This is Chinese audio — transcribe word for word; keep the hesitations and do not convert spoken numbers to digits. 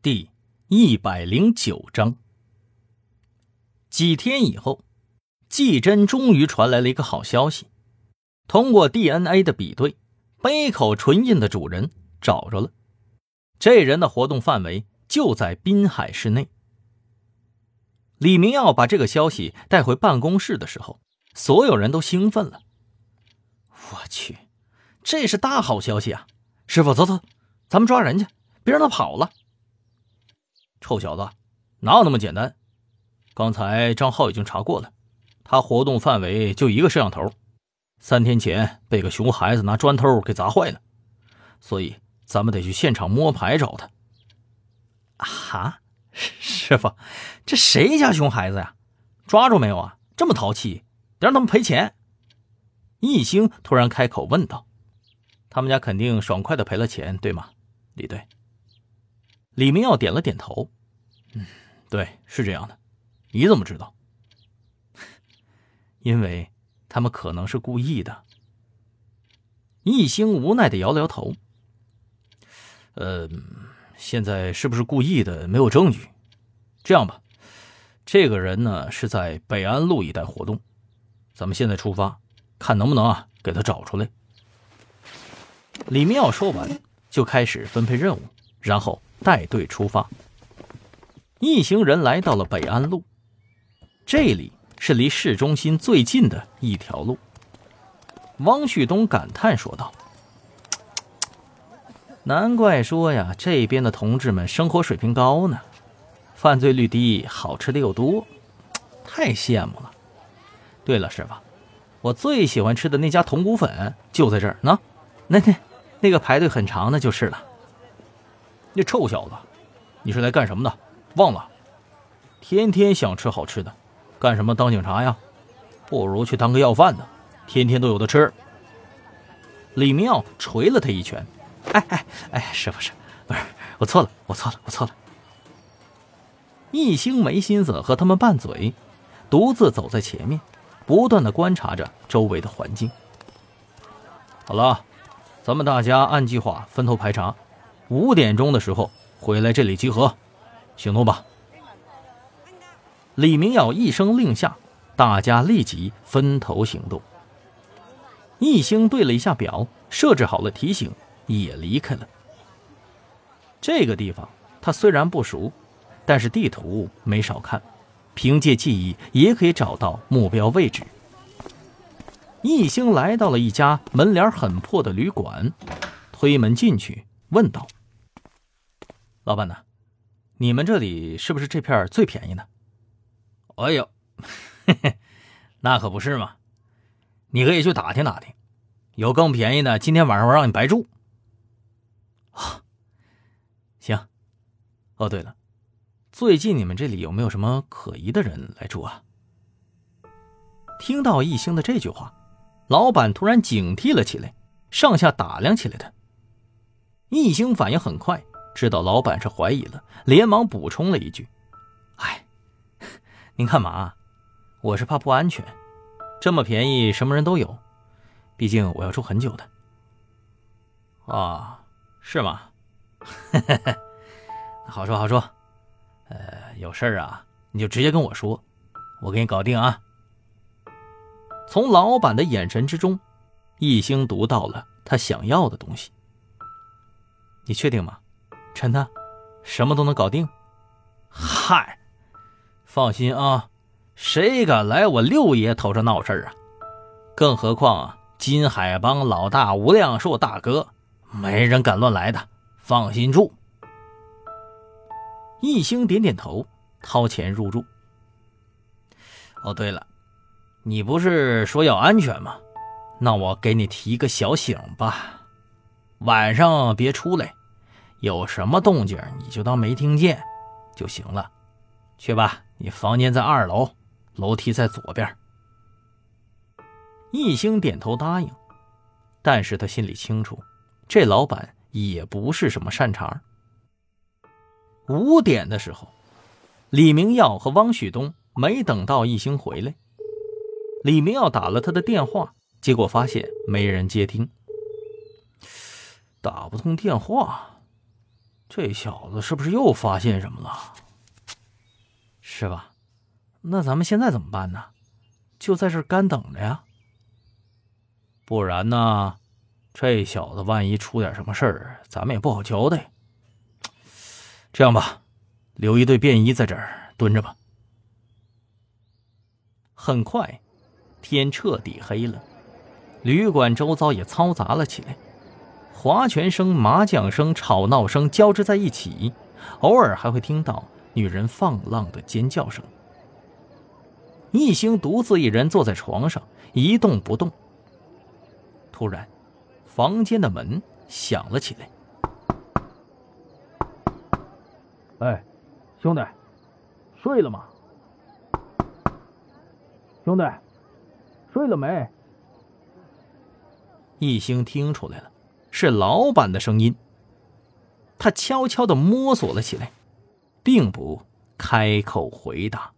第一百零九章。几天以后，季真终于传来了一个好消息，通过 D N A 的比对，杯口唇印的主人找着了，这人的活动范围就在滨海市内。李明耀把这个消息带回办公室的时候，所有人都兴奋了。我去，这是大好消息啊！师傅，走走，咱们抓人去，别让他跑了。臭小子，哪有那么简单？刚才张浩已经查过了，他活动范围就一个摄像头，三天前被个熊孩子拿砖头给砸坏了，所以咱们得去现场摸排找他。啊，师傅，这谁家熊孩子呀？抓住没有啊？这么淘气，得让他们赔钱。一星突然开口问道：“他们家肯定爽快地赔了钱，对吗？”李队。李明耀点了点头，嗯，对，是这样的。你怎么知道？因为他们可能是故意的。一星无奈地摇摇头。呃，现在是不是故意的没有证据。这样吧，这个人呢是在北安路一带活动，咱们现在出发，看能不能啊给他找出来。李明耀说完，就开始分配任务，然后带队出发。一行人来到了北安路，这里是离市中心最近的一条路。汪旭东感叹说道：“难怪说呀，这边的同志们生活水平高呢，犯罪率低，好吃的又多，太羡慕了。对了，师傅，我最喜欢吃的那家铜鼓粉就在这儿呢，那那那个排队很长的就是了。”那臭小子，你是来干什么的？忘了，天天想吃好吃的，干什么当警察呀？不如去当个要饭的，天天都有的吃。李明耀捶了他一拳。哎哎哎，师傅是不是？我错了，我错了，我错了。一星没心思和他们拌嘴，独自走在前面，不断地观察着周围的环境。好了，咱们大家按计划分头排查，五点钟的时候回来这里集合，行动吧。李明耀一声令下，大家立即分头行动。一星对了一下表，设置好了提醒，也离开了。这个地方他虽然不熟，但是地图没少看，凭借记忆也可以找到目标位置。一星来到了一家门帘很破的旅馆，推门进去问道：“老板呢？你们这里是不是这片最便宜的？”“哎呦，嘿嘿，那可不是嘛！你可以去打听打听，有更便宜的，今天晚上我让你白住。”“啊，行。哦，对了，最近你们这里有没有什么可疑的人来住啊？”听到一星的这句话，老板突然警惕了起来，上下打量起来他。一星反应很快，知道老板是怀疑了，连忙补充了一句：“哎，您干嘛？我是怕不安全，这么便宜什么人都有，毕竟我要住很久的。”“啊，是吗？好说好说，呃，有事啊你就直接跟我说，我给你搞定啊。”从老板的眼神之中，一星读到了他想要的东西。“你确定吗？真的什么都能搞定？”“嗨，放心啊，谁敢来我六爷头上闹事啊？更何况啊，金海帮老大吴亮是我大哥，没人敢乱来的，放心住。”一星点点头，掏钱入住。“哦，对了，你不是说要安全吗？那我给你提个小醒吧，晚上别出来，有什么动静你就当没听见就行了。去吧，你房间在二楼，楼梯在左边。”一星点头答应，但是他心里清楚，这老板也不是什么善茬。五点的时候，李明耀和汪旭东没等到一星回来，李明耀打了他的电话，结果发现没人接听。打不通电话， 这小子是不是又发现什么了？是吧？那咱们现在怎么办呢？就在这儿干等着呀。不然呢，这小子万一出点什么事儿，咱们也不好交代。这样吧，留一队便衣在这儿蹲着吧。很快，天彻底黑了，旅馆周遭也嘈杂了起来，划拳声、麻将声、吵闹声交织在一起，偶尔还会听到女人放浪的尖叫声。一星独自一人坐在床上一动不动。突然，房间的门响了起来。哎，兄弟，睡了吗？兄弟，睡了没？一星听出来了，是老板的声音。他悄悄地摸索了起来，并不开口回答。